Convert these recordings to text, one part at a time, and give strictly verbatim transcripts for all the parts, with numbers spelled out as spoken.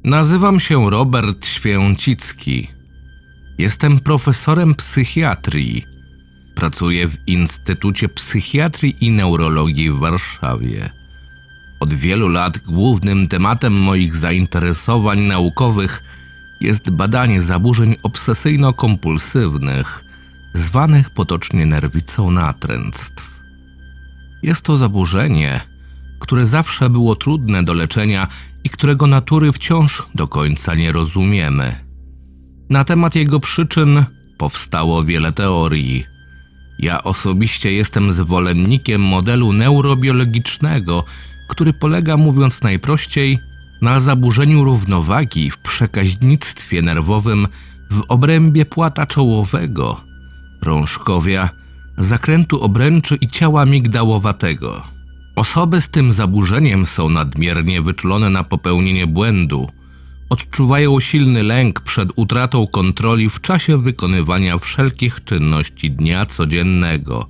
Nazywam się Robert Święcicki. Jestem profesorem psychiatrii. Pracuję w Instytucie Psychiatrii i Neurologii w Warszawie. Od wielu lat głównym tematem moich zainteresowań naukowych jest badanie zaburzeń obsesyjno-kompulsywnych, zwanych potocznie nerwicą natręctw. Jest to zaburzenie, które zawsze było trudne do leczenia i którego natury wciąż do końca nie rozumiemy. Na temat jego przyczyn powstało wiele teorii. Ja osobiście jestem zwolennikiem modelu neurobiologicznego, który polega, mówiąc najprościej, na zaburzeniu równowagi w przekaźnictwie nerwowym w obrębie płata czołowego, rążkowia, zakrętu obręczy i ciała migdałowatego. Osoby z tym zaburzeniem są nadmiernie wyczulone na popełnienie błędu, odczuwają silny lęk przed utratą kontroli w czasie wykonywania wszelkich czynności dnia codziennego.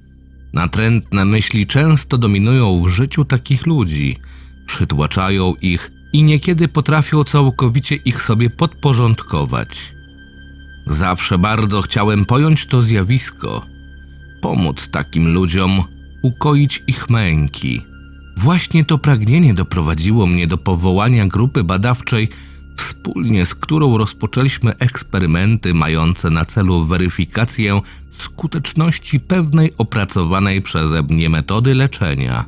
Natrętne myśli często dominują w życiu takich ludzi, przytłaczają ich i niekiedy potrafią całkowicie ich sobie podporządkować. Zawsze bardzo chciałem pojąć to zjawisko, pomóc takim ludziom, ukoić ich męki. Właśnie to pragnienie doprowadziło mnie do powołania grupy badawczej, wspólnie z którą rozpoczęliśmy eksperymenty mające na celu weryfikację skuteczności pewnej opracowanej przeze mnie metody leczenia.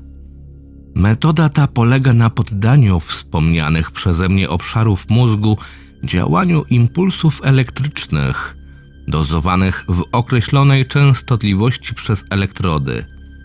Metoda ta polega na poddaniu wspomnianych przeze mnie obszarów mózgu działaniu impulsów elektrycznych, dozowanych w określonej częstotliwości przez elektrody.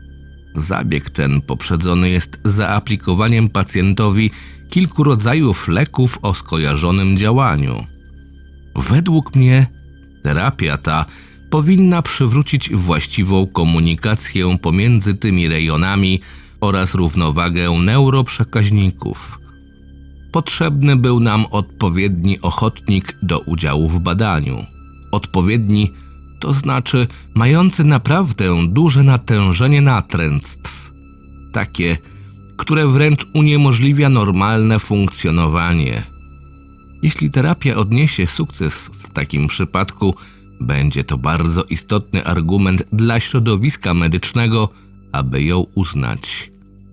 Zabieg ten poprzedzony jest zaaplikowaniem pacjentowi kilku rodzajów leków o skojarzonym działaniu. Według mnie terapia ta powinna przywrócić właściwą komunikację pomiędzy tymi rejonami oraz równowagę neuroprzekaźników. Potrzebny był nam odpowiedni ochotnik do udziału w badaniu. Odpowiedni to znaczy mający naprawdę duże natężenie natręctw. Takie, które wręcz uniemożliwia normalne funkcjonowanie. Jeśli terapia odniesie sukces w takim przypadku, będzie to bardzo istotny argument dla środowiska medycznego, aby ją uznać.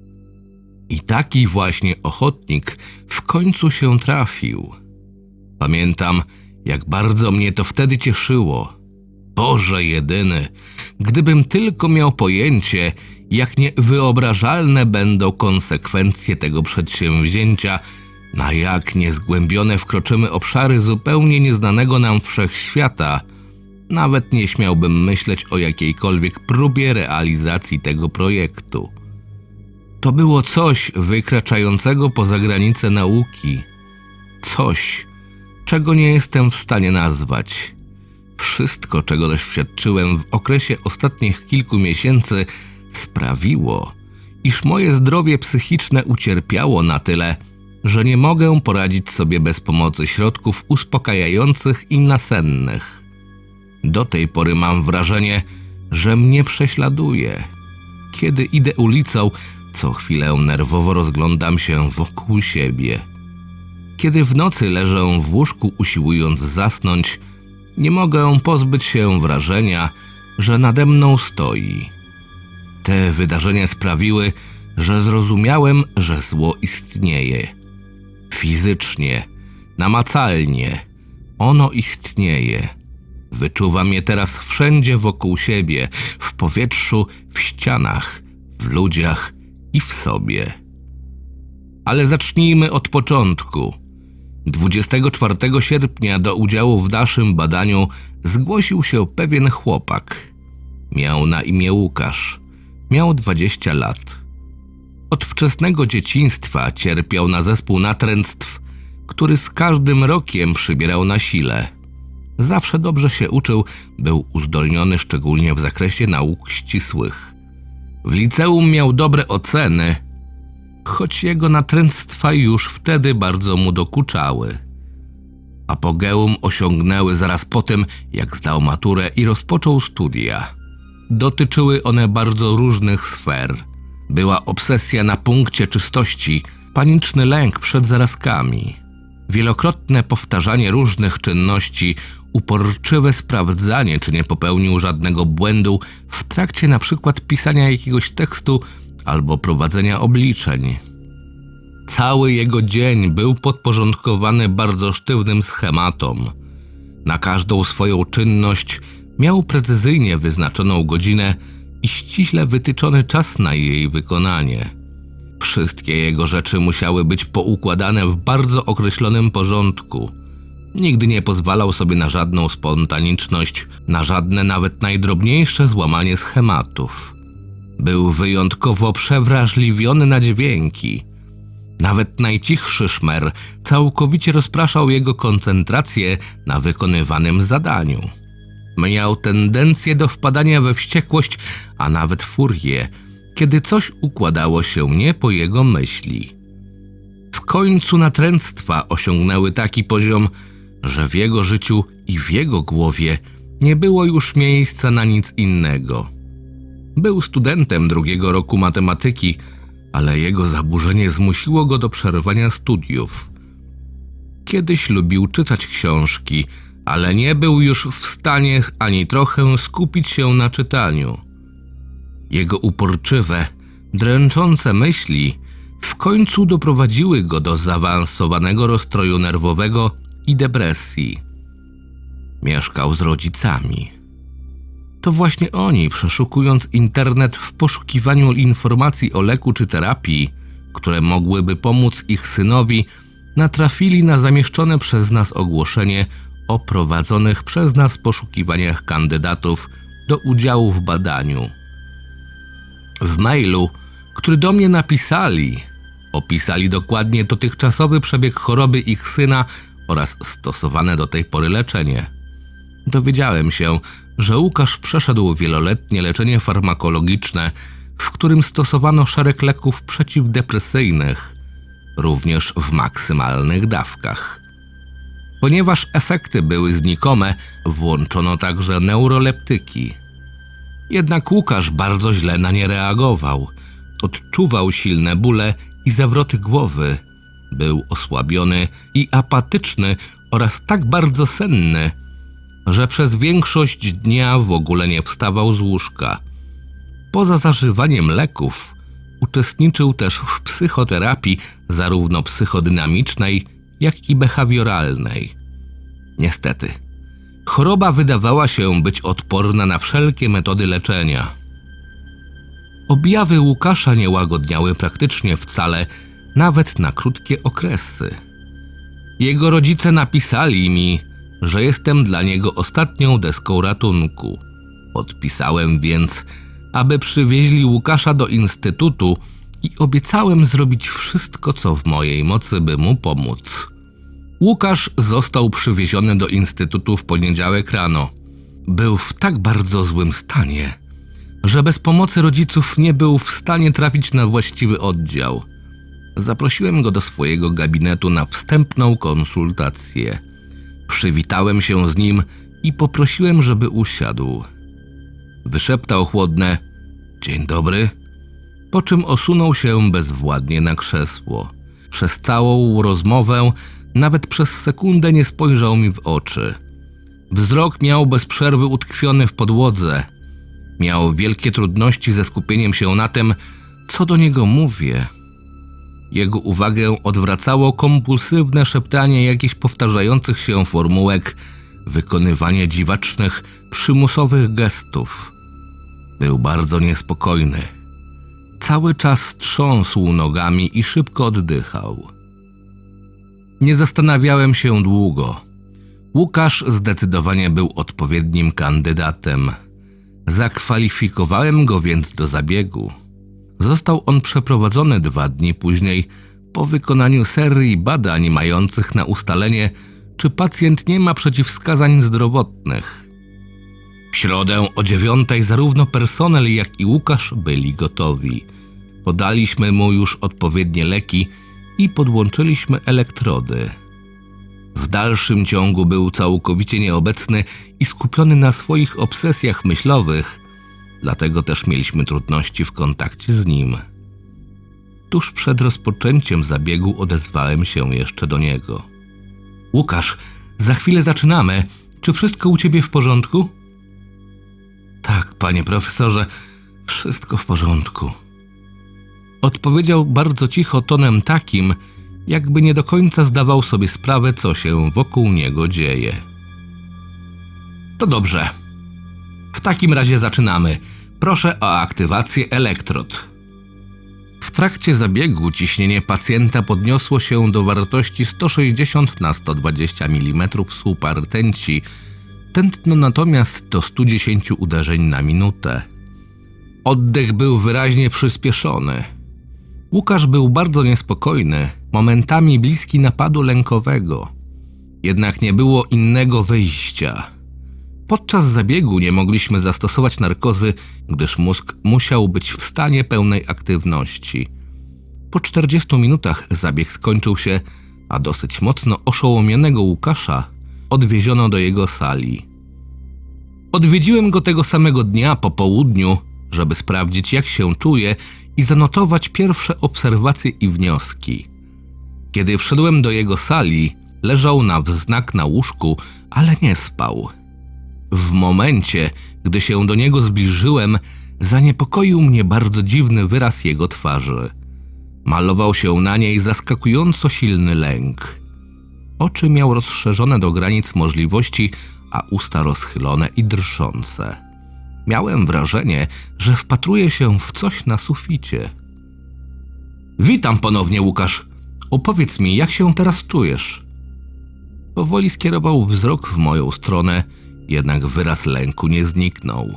I taki właśnie ochotnik w końcu się trafił. Pamiętam, jak bardzo mnie to wtedy cieszyło. Boże jedyny, gdybym tylko miał pojęcie, jak niewyobrażalne będą konsekwencje tego przedsięwzięcia, na jak niezgłębione wkroczymy obszary zupełnie nieznanego nam wszechświata, nawet nie śmiałbym myśleć o jakiejkolwiek próbie realizacji tego projektu. To było coś wykraczającego poza granice nauki. Coś, czego nie jestem w stanie nazwać. Wszystko, czego doświadczyłem w okresie ostatnich kilku miesięcy, sprawiło, iż moje zdrowie psychiczne ucierpiało na tyle, że nie mogę poradzić sobie bez pomocy środków uspokajających i nasennych. Do tej pory mam wrażenie, że mnie prześladuje. Kiedy idę ulicą, co chwilę nerwowo rozglądam się wokół siebie. Kiedy w nocy leżę w łóżku usiłując zasnąć, nie mogę pozbyć się wrażenia, że nade mną stoi. Te wydarzenia sprawiły, że zrozumiałem, że zło istnieje. Fizycznie, namacalnie. Ono istnieje. Wyczuwam je teraz wszędzie wokół siebie, w powietrzu, w ścianach, w ludziach i w sobie. Ale zacznijmy od początku. dwudziestego czwartego sierpnia do udziału w naszym badaniu zgłosił się pewien chłopak. Miał na imię Łukasz. Miał dwadzieścia lat. Od wczesnego dzieciństwa cierpiał na zespół natręctw, który z każdym rokiem przybierał na sile. Zawsze dobrze się uczył, był uzdolniony szczególnie w zakresie nauk ścisłych. W liceum miał dobre oceny, choć jego natręctwa już wtedy bardzo mu dokuczały. Apogeum osiągnęły zaraz po tym, jak zdał maturę i rozpoczął studia. Dotyczyły one bardzo różnych sfer. Była obsesja na punkcie czystości, paniczny lęk przed zarazkami. Wielokrotne powtarzanie różnych czynności, uporczywe sprawdzanie, czy nie popełnił żadnego błędu w trakcie na przykład pisania jakiegoś tekstu albo prowadzenia obliczeń. Cały jego dzień był podporządkowany bardzo sztywnym schematom. Na każdą swoją czynność miał precyzyjnie wyznaczoną godzinę i ściśle wytyczony czas na jej wykonanie. Wszystkie jego rzeczy musiały być poukładane w bardzo określonym porządku. Nigdy nie pozwalał sobie na żadną spontaniczność, na żadne nawet najdrobniejsze złamanie schematów. Był wyjątkowo przewrażliwiony na dźwięki. Nawet najcichszy szmer całkowicie rozpraszał jego koncentrację na wykonywanym zadaniu. Miał tendencję do wpadania we wściekłość, a nawet furię, kiedy coś układało się nie po jego myśli. W końcu natręctwa osiągnęły taki poziom, że w jego życiu i w jego głowie nie było już miejsca na nic innego. Był studentem drugiego roku matematyki, ale jego zaburzenie zmusiło go do przerwania studiów. Kiedyś lubił czytać książki, ale nie był już w stanie ani trochę skupić się na czytaniu. Jego uporczywe, dręczące myśli w końcu doprowadziły go do zaawansowanego rozstroju nerwowego i depresji. Mieszkał z rodzicami. To właśnie oni, przeszukując internet w poszukiwaniu informacji o leku czy terapii, które mogłyby pomóc ich synowi, natrafili na zamieszczone przez nas ogłoszenie o prowadzonych przez nas poszukiwaniach kandydatów do udziału w badaniu. W mailu, który do mnie napisali, opisali dokładnie dotychczasowy przebieg choroby ich syna oraz stosowane do tej pory leczenie. Dowiedziałem się, że Łukasz przeszedł wieloletnie leczenie farmakologiczne, w którym stosowano szereg leków przeciwdepresyjnych, również w maksymalnych dawkach. Ponieważ efekty były znikome, włączono także neuroleptyki. Jednak Łukasz bardzo źle na nie reagował. Odczuwał silne bóle i zawroty głowy. Był osłabiony i apatyczny oraz tak bardzo senny, że przez większość dnia w ogóle nie wstawał z łóżka. Poza zażywaniem leków uczestniczył też w psychoterapii zarówno psychodynamicznej, jak i behawioralnej. Niestety, choroba wydawała się być odporna na wszelkie metody leczenia. Objawy Łukasza nie łagodniały praktycznie wcale, nawet na krótkie okresy. Jego rodzice napisali mi, że jestem dla niego ostatnią deską ratunku. Odpisałem więc, aby przywieźli Łukasza do instytutu i obiecałem zrobić wszystko, co w mojej mocy, by mu pomóc. Łukasz został przywieziony do instytutu w poniedziałek rano. Był w tak bardzo złym stanie, że bez pomocy rodziców nie był w stanie trafić na właściwy oddział. Zaprosiłem go do swojego gabinetu na wstępną konsultację. Przywitałem się z nim i poprosiłem, żeby usiadł. Wyszeptał chłodne „Dzień dobry”, po czym osunął się bezwładnie na krzesło. Przez całą rozmowę nawet przez sekundę nie spojrzał mi w oczy. Wzrok miał bez przerwy utkwiony w podłodze. Miał wielkie trudności ze skupieniem się na tym, co do niego mówię. Jego uwagę odwracało kompulsywne szeptanie jakichś powtarzających się formułek, wykonywanie dziwacznych, przymusowych gestów. Był bardzo niespokojny. Cały czas trząsł nogami i szybko oddychał. Nie zastanawiałem się długo. Łukasz zdecydowanie był odpowiednim kandydatem. Zakwalifikowałem go więc do zabiegu. Został on przeprowadzony dwa dni później po wykonaniu serii badań mających na ustalenie, czy pacjent nie ma przeciwwskazań zdrowotnych. W środę o dziewiątej zarówno personel, jak i Łukasz byli gotowi. Podaliśmy mu już odpowiednie leki i podłączyliśmy elektrody. W dalszym ciągu był całkowicie nieobecny i skupiony na swoich obsesjach myślowych, dlatego też mieliśmy trudności w kontakcie z nim. Tuż przed rozpoczęciem zabiegu odezwałem się jeszcze do niego. Łukasz, za chwilę zaczynamy. Czy wszystko u ciebie w porządku? Tak, panie profesorze, wszystko w porządku. Odpowiedział bardzo cicho tonem takim, jakby nie do końca zdawał sobie sprawę, co się wokół niego dzieje. To dobrze. W takim razie zaczynamy. Proszę o aktywację elektrod. W trakcie zabiegu ciśnienie pacjenta podniosło się do wartości sto sześćdziesiąt na sto dwadzieścia milimetrów słupa rtęci, tętno natomiast do stu dziesięciu uderzeń na minutę. Oddech był wyraźnie przyspieszony. Łukasz był bardzo niespokojny, momentami bliski napadu lękowego. Jednak nie było innego wyjścia. Podczas zabiegu nie mogliśmy zastosować narkozy, gdyż mózg musiał być w stanie pełnej aktywności. Po czterdziestu minutach zabieg skończył się, a dosyć mocno oszołomionego Łukasza odwieziono do jego sali. Odwiedziłem go tego samego dnia po południu, żeby sprawdzić, jak się czuje i zanotować pierwsze obserwacje i wnioski. Kiedy wszedłem do jego sali, leżał na wznak na łóżku, ale nie spał. W momencie, gdy się do niego zbliżyłem, zaniepokoił mnie bardzo dziwny wyraz jego twarzy. Malował się na niej zaskakująco silny lęk. Oczy miał rozszerzone do granic możliwości, a usta rozchylone i drżące. Miałem wrażenie, że wpatruje się w coś na suficie. Witam ponownie, Łukasz. Opowiedz mi, jak się teraz czujesz? Powoli skierował wzrok w moją stronę, jednak wyraz lęku nie zniknął.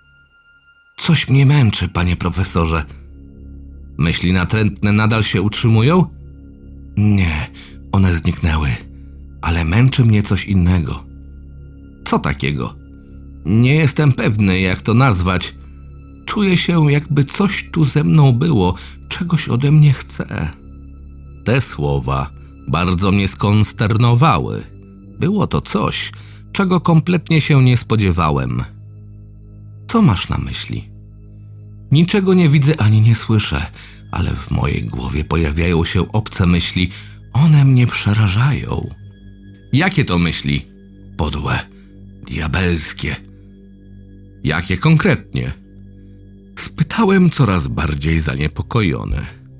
Coś mnie męczy, panie profesorze. Myśli natrętne nadal się utrzymują? Nie, one zniknęły, ale męczy mnie coś innego. Co takiego? Nie jestem pewny, jak to nazwać. Czuję się, jakby coś tu ze mną było, czegoś ode mnie chce. Te słowa bardzo mnie skonsternowały. Było to coś, czego kompletnie się nie spodziewałem. Co masz na myśli? Niczego nie widzę ani nie słyszę, ale w mojej głowie pojawiają się obce myśli. One mnie przerażają. Jakie to myśli? Podłe, diabelskie. Jakie konkretnie? Spytałem coraz bardziej zaniepokojony.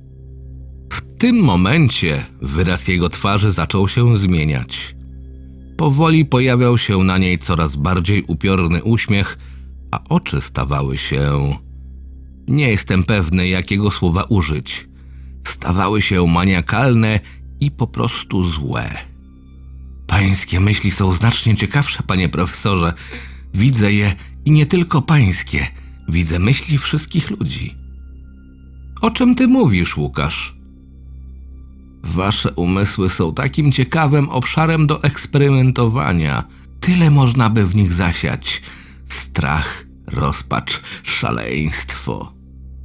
W tym momencie wyraz jego twarzy zaczął się zmieniać. Powoli pojawiał się na niej coraz bardziej upiorny uśmiech, a oczy stawały się... Nie jestem pewny, jakiego słowa użyć. Stawały się maniakalne i po prostu złe. Pańskie myśli są znacznie ciekawsze, panie profesorze. Widzę je i nie tylko pańskie. Widzę myśli wszystkich ludzi. O czym ty mówisz, Łukasz? Wasze umysły są takim ciekawym obszarem do eksperymentowania. Tyle można by w nich zasiać. Strach, rozpacz, szaleństwo.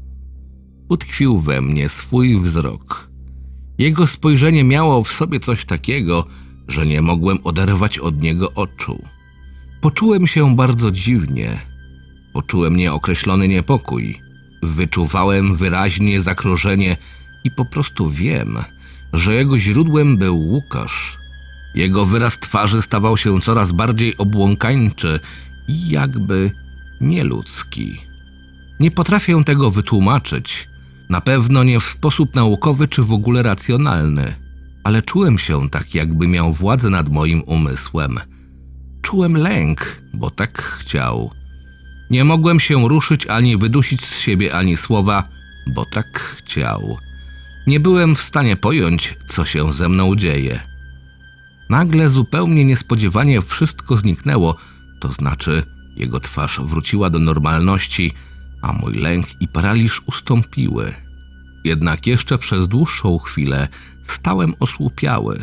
Utkwił we mnie swój wzrok. Jego spojrzenie miało w sobie coś takiego, że nie mogłem oderwać od niego oczu. Poczułem się bardzo dziwnie. Poczułem nieokreślony niepokój. Wyczuwałem wyraźnie zagrożenie i po prostu wiem, że jego źródłem był Łukasz. Jego wyraz twarzy stawał się coraz bardziej obłąkańczy i jakby nieludzki. Nie potrafię tego wytłumaczyć. Na pewno nie w sposób naukowy czy w ogóle racjonalny, ale czułem się tak, jakby miał władzę nad moim umysłem. Czułem lęk, bo tak chciał. Nie mogłem się ruszyć ani wydusić z siebie ani słowa, bo tak chciał. Nie byłem w stanie pojąć, co się ze mną dzieje. Nagle zupełnie niespodziewanie wszystko zniknęło, to znaczy jego twarz wróciła do normalności, a mój lęk i paraliż ustąpiły. Jednak jeszcze przez dłuższą chwilę stałem osłupiały.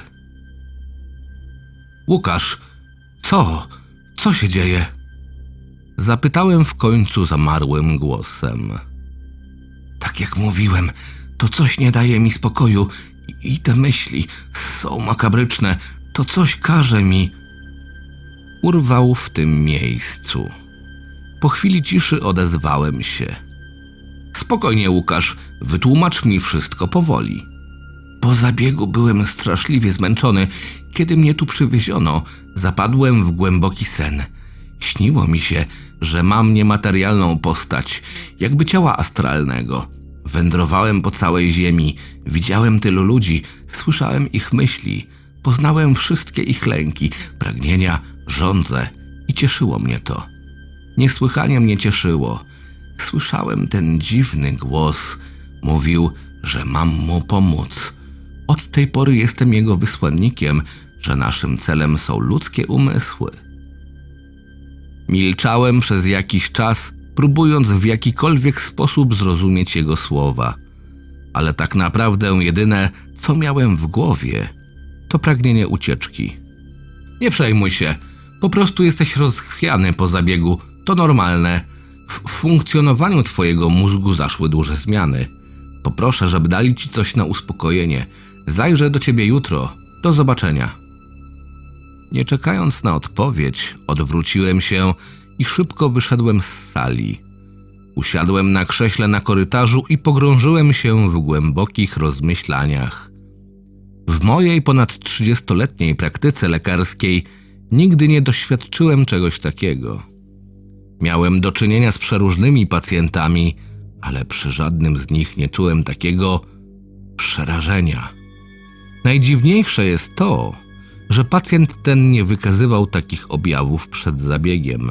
Łukasz, co? Co się dzieje? Zapytałem w końcu zamarłym głosem. Tak jak mówiłem, to coś nie daje mi spokoju i te myśli są makabryczne. To coś każe mi... Urwał w tym miejscu. Po chwili ciszy odezwałem się. Spokojnie, Łukasz, wytłumacz mi wszystko powoli. Po zabiegu byłem straszliwie zmęczony. Kiedy mnie tu przywieziono, zapadłem w głęboki sen. Śniło mi się, że mam niematerialną postać, jakby ciała astralnego. Wędrowałem po całej ziemi, widziałem tylu ludzi, słyszałem ich myśli, poznałem wszystkie ich lęki, pragnienia, żądze i cieszyło mnie to. Niesłychanie mnie cieszyło. Słyszałem ten dziwny głos. Mówił, że mam mu pomóc. Od tej pory jestem jego wysłannikiem, że naszym celem są ludzkie umysły. Milczałem przez jakiś czas, próbując w jakikolwiek sposób zrozumieć jego słowa. Ale tak naprawdę jedyne, co miałem w głowie, to pragnienie ucieczki. Nie przejmuj się, po prostu jesteś rozchwiany po zabiegu, to normalne. W funkcjonowaniu twojego mózgu zaszły duże zmiany. Poproszę, żeby dali ci coś na uspokojenie. Zajrzę do ciebie jutro. Do zobaczenia. Nie czekając na odpowiedź, odwróciłem się i szybko wyszedłem z sali. Usiadłem na krześle na korytarzu i pogrążyłem się w głębokich rozmyślaniach. W mojej ponad trzydziestoletniej praktyce lekarskiej nigdy nie doświadczyłem czegoś takiego. Miałem do czynienia z przeróżnymi pacjentami, ale przy żadnym z nich nie czułem takiego przerażenia. Najdziwniejsze jest to, że pacjent ten nie wykazywał takich objawów przed zabiegiem.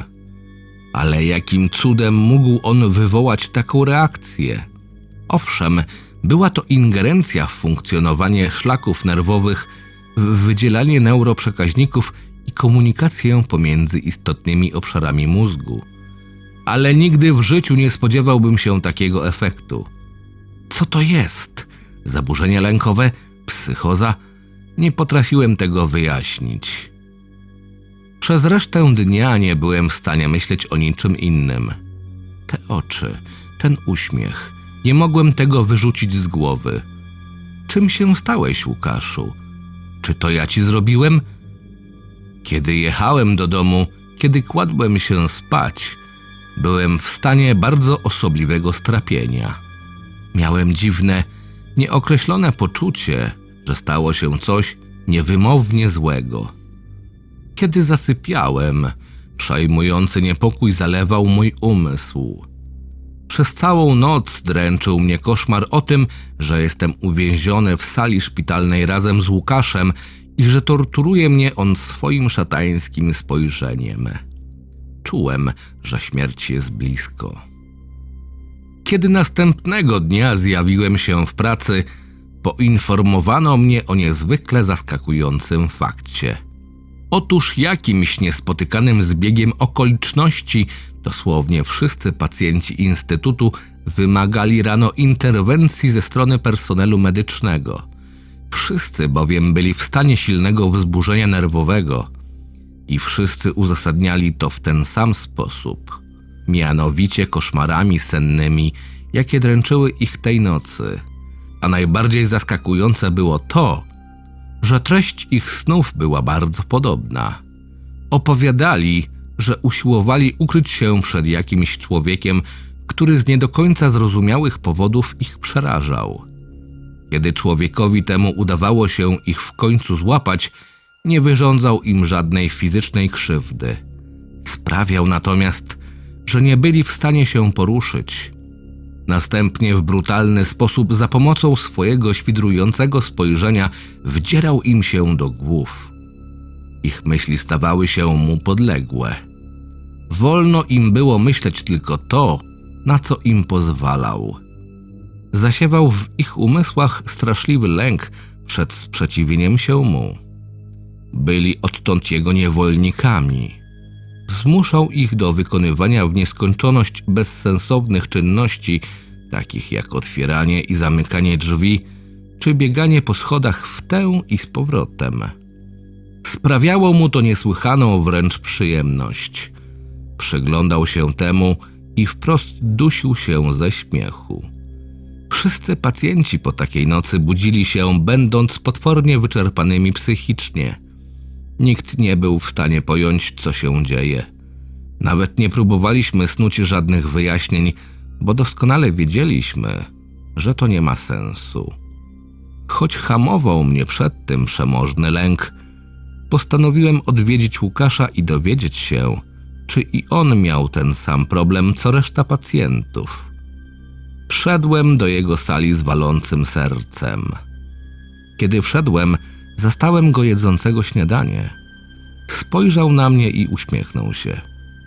Ale jakim cudem mógł on wywołać taką reakcję? Owszem, była to ingerencja w funkcjonowanie szlaków nerwowych, w wydzielanie neuroprzekaźników i komunikację pomiędzy istotnymi obszarami mózgu. Ale nigdy w życiu nie spodziewałbym się takiego efektu. Co to jest? Zaburzenia lękowe? Psychoza? Nie potrafiłem tego wyjaśnić. Przez resztę dnia nie byłem w stanie myśleć o niczym innym. Te oczy, ten uśmiech, nie mogłem tego wyrzucić z głowy. Czym się stałeś, Łukaszu? Czy to ja ci zrobiłem? Kiedy jechałem do domu, kiedy kładłem się spać, byłem w stanie bardzo osobliwego strapienia. Miałem dziwne, nieokreślone poczucie, że stało się coś niewymownie złego. Kiedy zasypiałem, przejmujący niepokój zalewał mój umysł. Przez całą noc dręczył mnie koszmar o tym, że jestem uwięziony w sali szpitalnej razem z Łukaszem i że torturuje mnie on swoim szatańskim spojrzeniem. Czułem, że śmierć jest blisko. Kiedy następnego dnia zjawiłem się w pracy, poinformowano mnie o niezwykle zaskakującym fakcie. Otóż jakimś niespotykanym zbiegiem okoliczności dosłownie wszyscy pacjenci Instytutu wymagali rano interwencji ze strony personelu medycznego. Wszyscy bowiem byli w stanie silnego wzburzenia nerwowego i wszyscy uzasadniali to w ten sam sposób, mianowicie koszmarami sennymi, jakie dręczyły ich tej nocy. A najbardziej zaskakujące było to, że treść ich snów była bardzo podobna. Opowiadali, że usiłowali ukryć się przed jakimś człowiekiem, który z nie do końca zrozumiałych powodów ich przerażał. Kiedy człowiekowi temu udawało się ich w końcu złapać, nie wyrządzał im żadnej fizycznej krzywdy. Sprawiał natomiast, że nie byli w stanie się poruszyć. Następnie w brutalny sposób za pomocą swojego świdrującego spojrzenia wdzierał im się do głów. Ich myśli stawały się mu podległe. Wolno im było myśleć tylko to, na co im pozwalał. Zasiewał w ich umysłach straszliwy lęk przed sprzeciwieniem się mu. Byli odtąd jego niewolnikami. Zmuszał ich do wykonywania w nieskończoność bezsensownych czynności, takich jak otwieranie i zamykanie drzwi, czy bieganie po schodach w tę i z powrotem. Sprawiało mu to niesłychaną wręcz przyjemność. Przyglądał się temu i wprost dusił się ze śmiechu. Wszyscy pacjenci po takiej nocy budzili się, będąc potwornie wyczerpanymi psychicznie. Nikt nie był w stanie pojąć, co się dzieje. Nawet nie próbowaliśmy snuć żadnych wyjaśnień, bo doskonale wiedzieliśmy, że to nie ma sensu. Choć hamował mnie przed tym przemożny lęk, postanowiłem odwiedzić Łukasza i dowiedzieć się, czy i on miał ten sam problem co reszta pacjentów. Wszedłem do jego sali z walącym sercem. Kiedy wszedłem, zastałem go jedzącego śniadanie. Spojrzał na mnie i uśmiechnął się.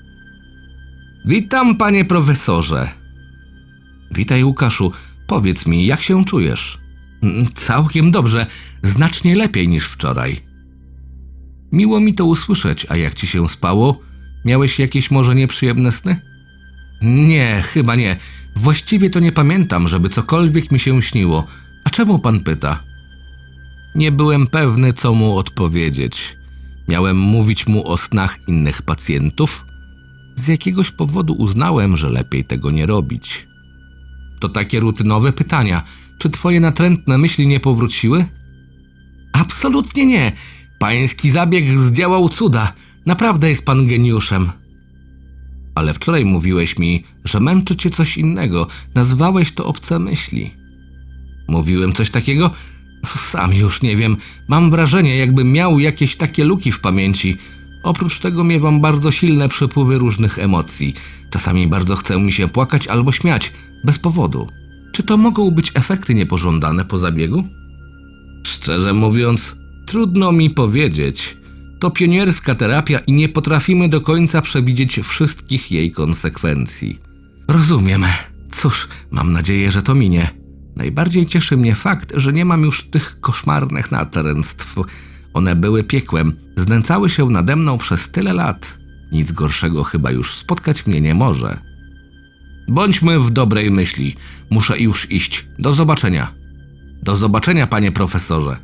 Witam, panie profesorze. Witaj, Łukaszu. Powiedz mi, jak się czujesz? Całkiem dobrze. Znacznie lepiej niż wczoraj. Miło mi to usłyszeć. A jak ci się spało? Miałeś jakieś może nieprzyjemne sny? Nie, chyba nie. Właściwie to nie pamiętam, żeby cokolwiek mi się śniło. A czemu pan pyta? Nie byłem pewny, co mu odpowiedzieć. Miałem mówić mu o snach innych pacjentów? Z jakiegoś powodu uznałem, że lepiej tego nie robić. To takie rutynowe pytania. Czy twoje natrętne myśli nie powróciły? Absolutnie nie. Pański zabieg zdziałał cuda. Naprawdę jest pan geniuszem. Ale wczoraj mówiłeś mi, że męczy cię coś innego. Nazwałeś to obce myśli. Mówiłem coś takiego? Sam już nie wiem. Mam wrażenie, jakbym miał jakieś takie luki w pamięci. Oprócz tego miewam bardzo silne przepływy różnych emocji. Czasami bardzo chce mi się płakać albo śmiać, bez powodu. Czy to mogą być efekty niepożądane po zabiegu? Szczerze mówiąc, trudno mi powiedzieć. To pionierska terapia i nie potrafimy do końca przewidzieć wszystkich jej konsekwencji. Rozumiem. Cóż, mam nadzieję, że to minie. Najbardziej cieszy mnie fakt, że nie mam już tych koszmarnych natręctw. One były piekłem, znęcały się nade mną przez tyle lat. Nic gorszego chyba już spotkać mnie nie może. Bądźmy w dobrej myśli. Muszę już iść. Do zobaczenia. Do zobaczenia, panie profesorze.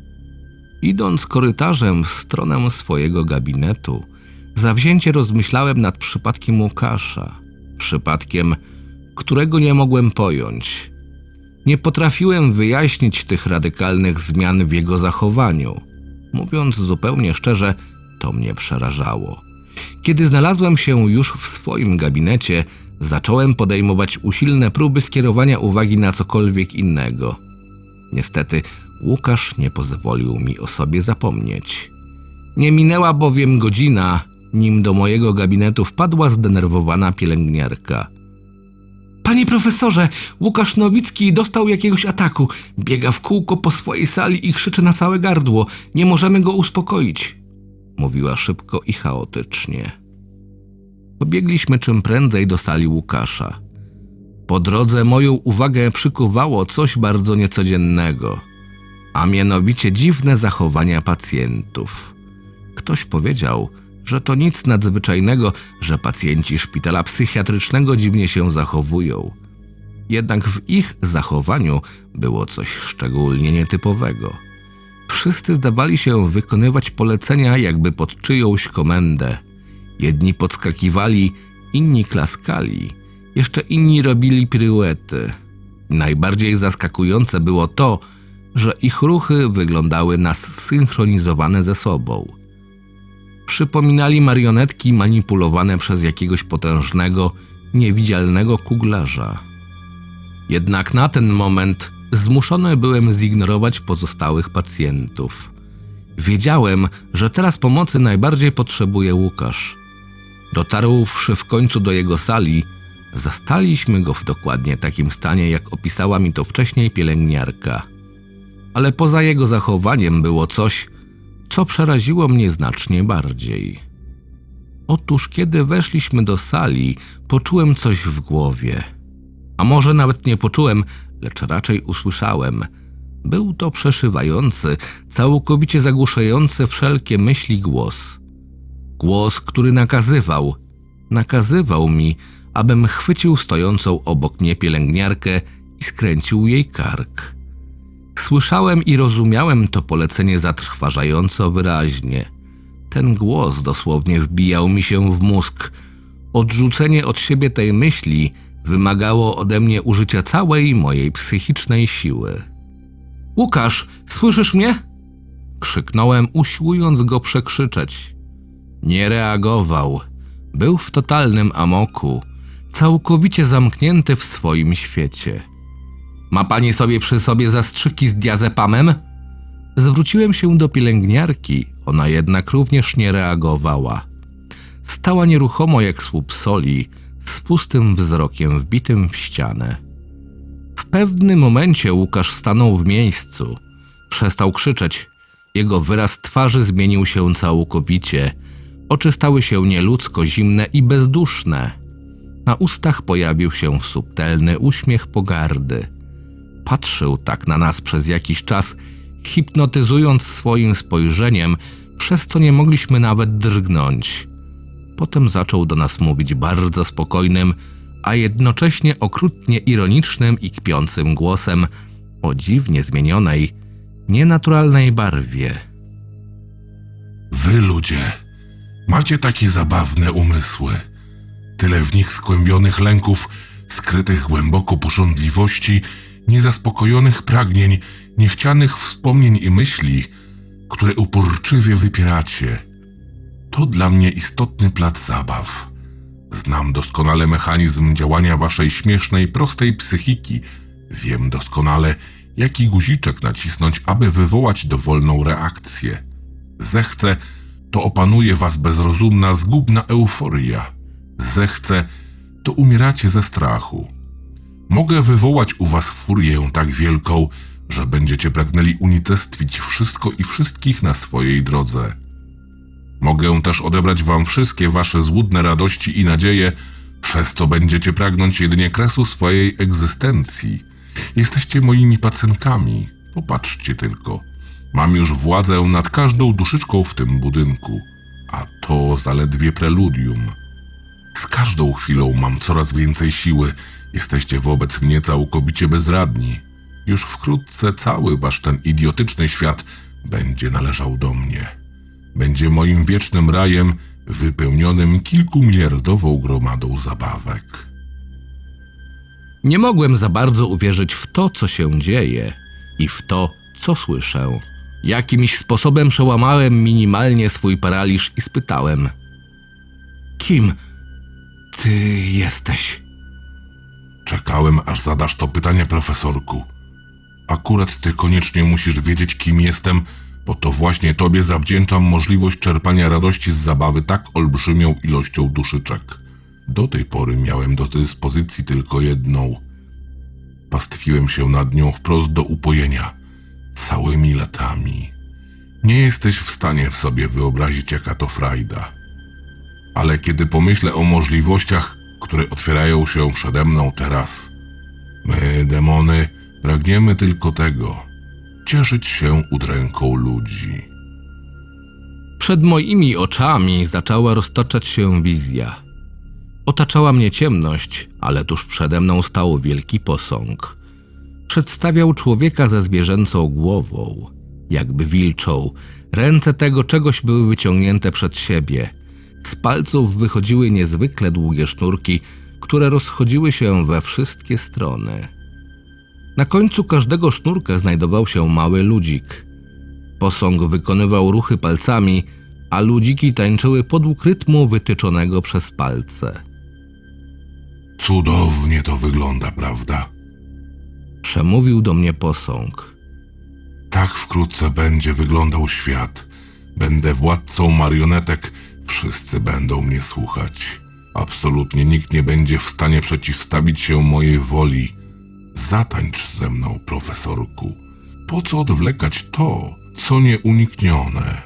Idąc korytarzem w stronę swojego gabinetu, zawzięcie rozmyślałem nad przypadkiem Łukasza. Przypadkiem, którego nie mogłem pojąć. Nie potrafiłem wyjaśnić tych radykalnych zmian w jego zachowaniu. Mówiąc zupełnie szczerze, to mnie przerażało. Kiedy znalazłem się już w swoim gabinecie, zacząłem podejmować usilne próby skierowania uwagi na cokolwiek innego. Niestety, Łukasz nie pozwolił mi o sobie zapomnieć. Nie minęła bowiem godzina, nim do mojego gabinetu wpadła zdenerwowana pielęgniarka. Panie profesorze, Łukasz Nowicki dostał jakiegoś ataku. Biega w kółko po swojej sali i krzyczy na całe gardło. Nie możemy go uspokoić. Mówiła szybko i chaotycznie. Pobiegliśmy czym prędzej do sali Łukasza. Po drodze moją uwagę przykuwało coś bardzo niecodziennego, a mianowicie dziwne zachowania pacjentów. Ktoś powiedział, że to nic nadzwyczajnego, że pacjenci szpitala psychiatrycznego dziwnie się zachowują. Jednak w ich zachowaniu było coś szczególnie nietypowego. Wszyscy zdawali się wykonywać polecenia jakby pod czyjąś komendę. Jedni podskakiwali, inni klaskali, jeszcze inni robili piruety. Najbardziej zaskakujące było to, że ich ruchy wyglądały na zsynchronizowane ze sobą. Przypominali marionetki manipulowane przez jakiegoś potężnego, niewidzialnego kuglarza. Jednak na ten moment zmuszony byłem zignorować pozostałych pacjentów. Wiedziałem, że teraz pomocy najbardziej potrzebuje Łukasz. Dotarłszy w końcu do jego sali, zastaliśmy go w dokładnie takim stanie, jak opisała mi to wcześniej pielęgniarka. Ale poza jego zachowaniem było coś, co przeraziło mnie znacznie bardziej. Otóż kiedy weszliśmy do sali, poczułem coś w głowie. A może nawet nie poczułem, lecz raczej usłyszałem. Był to przeszywający, całkowicie zagłuszający wszelkie myśli głos. Głos, który nakazywał, nakazywał mi, abym chwycił stojącą obok mnie pielęgniarkę i skręcił jej kark. Słyszałem i rozumiałem to polecenie zatrważająco wyraźnie. Ten głos dosłownie wbijał mi się w mózg. Odrzucenie od siebie tej myśli wymagało ode mnie użycia całej mojej psychicznej siły. Łukasz, słyszysz mnie? Krzyknąłem, usiłując go przekrzyczeć. Nie reagował. Był w totalnym amoku, całkowicie zamknięty w swoim świecie. Ma pani sobie przy sobie zastrzyki z diazepamem? Zwróciłem się do pielęgniarki, ona jednak również nie reagowała. Stała nieruchomo jak słup soli, z pustym wzrokiem wbitym w ścianę. W pewnym momencie Łukasz stanął w miejscu. Przestał krzyczeć. Jego wyraz twarzy zmienił się całkowicie. Oczy stały się nieludzko zimne i bezduszne. Na ustach pojawił się subtelny uśmiech pogardy. Patrzył tak na nas przez jakiś czas, hipnotyzując swoim spojrzeniem, przez co nie mogliśmy nawet drgnąć. Potem zaczął do nas mówić bardzo spokojnym, a jednocześnie okrutnie ironicznym i kpiącym głosem o dziwnie zmienionej, nienaturalnej barwie. Wy, ludzie, macie takie zabawne umysły. Tyle w nich skłębionych lęków, skrytych głęboko pożądliwości, niezaspokojonych pragnień, niechcianych wspomnień i myśli, które uporczywie wypieracie. To dla mnie istotny plac zabaw. Znam doskonale mechanizm działania waszej śmiesznej, prostej psychiki. Wiem doskonale, jaki guziczek nacisnąć, aby wywołać dowolną reakcję. Zechcę, to opanuje was bezrozumna, zgubna euforia. Zechcę, to umieracie ze strachu. Mogę wywołać u was furię tak wielką, że będziecie pragnęli unicestwić wszystko i wszystkich na swojej drodze. Mogę też odebrać wam wszystkie wasze złudne radości i nadzieje, przez co będziecie pragnąć jedynie kresu swojej egzystencji. Jesteście moimi pacynkami. Popatrzcie tylko. Mam już władzę nad każdą duszyczką w tym budynku, a to zaledwie preludium. Z każdą chwilą mam coraz więcej siły. Jesteście wobec mnie całkowicie bezradni. Już wkrótce cały wasz ten idiotyczny świat będzie należał do mnie. Będzie moim wiecznym rajem wypełnionym kilkumiliardową gromadą zabawek. Nie mogłem za bardzo uwierzyć w to, co się dzieje i w to, co słyszę. Jakimś sposobem przełamałem minimalnie swój paraliż i spytałem: kim ty jesteś? Czekałem, aż zadasz to pytanie, profesorku. Akurat ty koniecznie musisz wiedzieć, kim jestem, bo to właśnie tobie zawdzięczam możliwość czerpania radości z zabawy tak olbrzymią ilością duszyczek. Do tej pory miałem do dyspozycji tylko jedną. Pastwiłem się nad nią wprost do upojenia, całymi latami. Nie jesteś w stanie w sobie wyobrazić, jaka to frajda. Ale kiedy pomyślę o możliwościach, które otwierają się przede mną teraz, my, demony, pragniemy tylko tego: cieszyć się udręką ludzi. Przed moimi oczami zaczęła roztaczać się wizja. Otaczała mnie ciemność, ale tuż przede mną stał wielki posąg. Przedstawiał człowieka ze zwierzęcą głową, jakby wilczą. Ręce tego czegoś były wyciągnięte przed siebie. Z palców wychodziły niezwykle długie sznurki, które rozchodziły się we wszystkie strony. Na końcu każdego sznurka znajdował się mały ludzik. Posąg wykonywał ruchy palcami, a ludziki tańczyły podług rytmu wytyczonego przez palce. Cudownie to wygląda, prawda? Przemówił do mnie posąg. Tak wkrótce będzie wyglądał świat. Będę władcą marionetek, wszyscy będą mnie słuchać. Absolutnie nikt nie będzie w stanie przeciwstawić się mojej woli. Zatańcz ze mną, profesorku. Po co odwlekać to, co nieuniknione?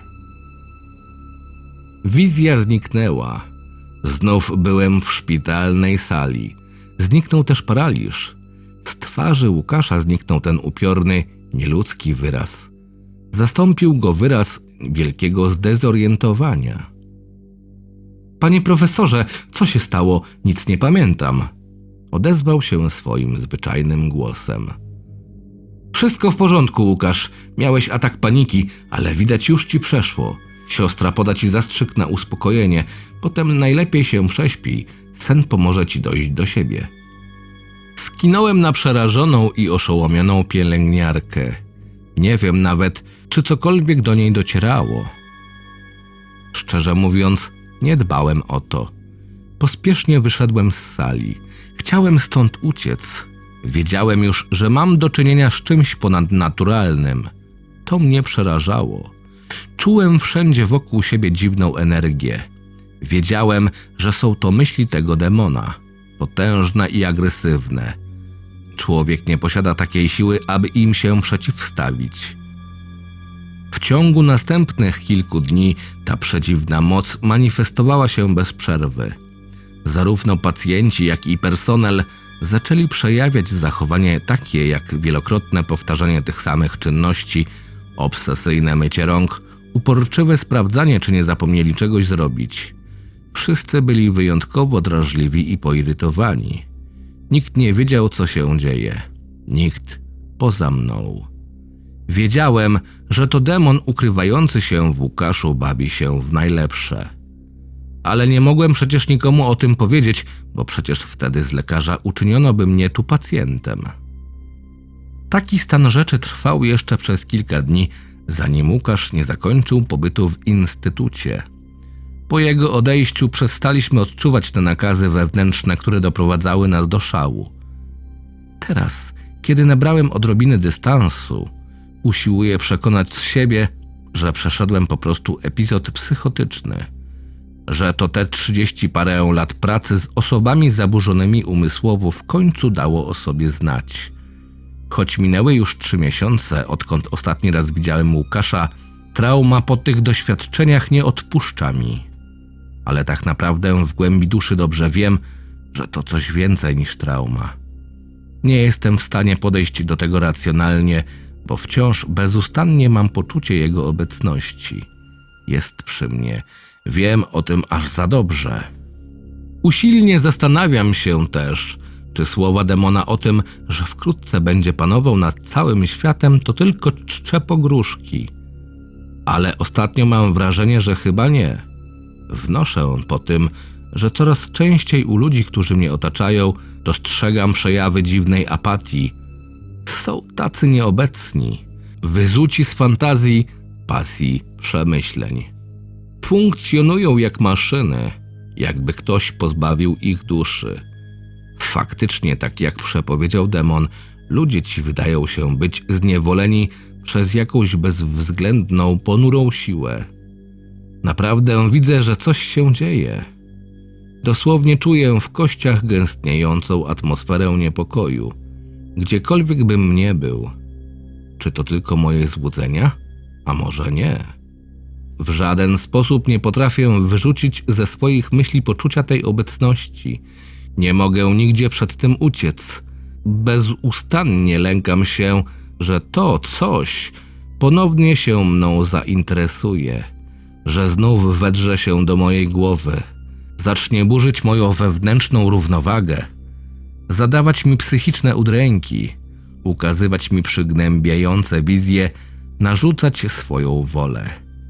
Wizja zniknęła. Znów byłem w szpitalnej sali. Zniknął też paraliż. Z twarzy Łukasza zniknął ten upiorny, nieludzki wyraz. Zastąpił go wyraz wielkiego zdezorientowania. Panie profesorze, co się stało? Nic nie pamiętam. Odezwał się swoim zwyczajnym głosem. Wszystko w porządku, Łukasz. Miałeś atak paniki, ale widać już ci przeszło. Siostra poda ci zastrzyk na uspokojenie. Potem najlepiej się prześpij. Sen pomoże ci dojść do siebie. Skinąłem na przerażoną i oszołomioną pielęgniarkę. Nie wiem nawet, czy cokolwiek do niej docierało. Szczerze mówiąc, nie dbałem o to. Pospiesznie wyszedłem z sali. Chciałem stąd uciec. Wiedziałem już, że mam do czynienia z czymś ponadnaturalnym. To mnie przerażało. Czułem wszędzie wokół siebie dziwną energię. Wiedziałem, że są to myśli tego demona, potężne i agresywne. Człowiek nie posiada takiej siły, aby im się przeciwstawić. W ciągu następnych kilku dni ta przedziwna moc manifestowała się bez przerwy. Zarówno pacjenci, jak i personel zaczęli przejawiać zachowanie takie jak wielokrotne powtarzanie tych samych czynności, obsesyjne mycie rąk, uporczywe sprawdzanie, czy nie zapomnieli czegoś zrobić. Wszyscy byli wyjątkowo drażliwi i poirytowani. Nikt nie wiedział, co się dzieje. Nikt poza mną. Wiedziałem, że to demon ukrywający się w Łukaszu bawi się w najlepsze. Ale nie mogłem przecież nikomu o tym powiedzieć, bo przecież wtedy z lekarza uczyniono by mnie tu pacjentem. Taki stan rzeczy trwał jeszcze przez kilka dni, zanim Łukasz nie zakończył pobytu w instytucie. Po jego odejściu przestaliśmy odczuwać te nakazy wewnętrzne, które doprowadzały nas do szału. Teraz, kiedy nabrałem odrobiny dystansu, usiłuję przekonać siebie, że przeszedłem po prostu epizod psychotyczny. Że to te trzydzieści parę lat pracy z osobami zaburzonymi umysłowo w końcu dało o sobie znać. Choć minęły już trzy miesiące, odkąd ostatni raz widziałem Łukasza, trauma po tych doświadczeniach nie odpuszcza mi. Ale tak naprawdę w głębi duszy dobrze wiem, że to coś więcej niż trauma. Nie jestem w stanie podejść do tego racjonalnie, bo wciąż bezustannie mam poczucie jego obecności. Jest przy mnie. Wiem o tym aż za dobrze. Usilnie zastanawiam się też, czy słowa demona o tym, że wkrótce będzie panował nad całym światem, to tylko czcze pogróżki. Ale ostatnio mam wrażenie, że chyba nie. Wnoszę po tym, że coraz częściej u ludzi, którzy mnie otaczają, dostrzegam przejawy dziwnej apatii. Są tacy nieobecni, wyzuci z fantazji, pasji, przemyśleń. Funkcjonują jak maszyny, jakby ktoś pozbawił ich duszy. Faktycznie, tak jak przepowiedział demon, ludzie ci wydają się być zniewoleni przez jakąś bezwzględną, ponurą siłę. Naprawdę widzę, że coś się dzieje. Dosłownie czuję w kościach gęstniejącą atmosferę niepokoju. Gdziekolwiek bym nie był. Czy to tylko moje złudzenia? A może nie? W żaden sposób nie potrafię wyrzucić ze swoich myśli poczucia tej obecności. Nie mogę nigdzie przed tym uciec. Bezustannie lękam się, że to coś ponownie się mną zainteresuje, że znów wedrze się do mojej głowy, zacznie burzyć moją wewnętrzną równowagę, zadawać mi psychiczne udręki, ukazywać mi przygnębiające wizje, narzucać swoją wolę.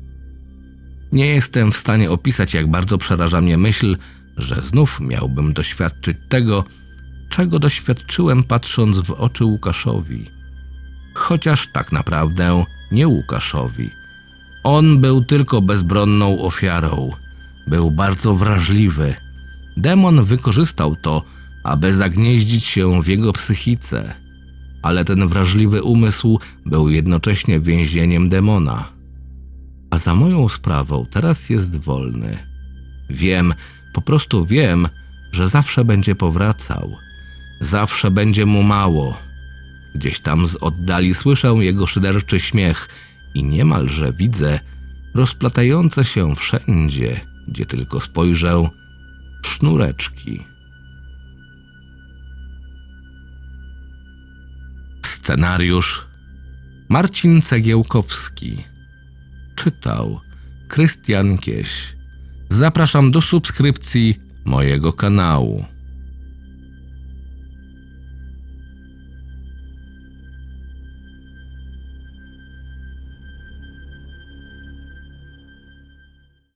Nie jestem w stanie opisać, jak bardzo przeraża mnie myśl, że znów miałbym doświadczyć tego, czego doświadczyłem patrząc w oczy Łukaszowi. Chociaż tak naprawdę nie Łukaszowi. On był tylko bezbronną ofiarą. Był bardzo wrażliwy. Demon wykorzystał to, aby zagnieździć się w jego psychice. Ale ten wrażliwy umysł był jednocześnie więzieniem demona. A za moją sprawą teraz jest wolny. Wiem, po prostu wiem, że zawsze będzie powracał. Zawsze będzie mu mało. Gdzieś tam z oddali słyszę jego szyderczy śmiech i niemalże widzę rozplatające się wszędzie, gdzie tylko spojrzę, sznureczki. Scenariusz Marcin Cegiełkowski. Czytał Krystian Kieś. Zapraszam do subskrypcji mojego kanału.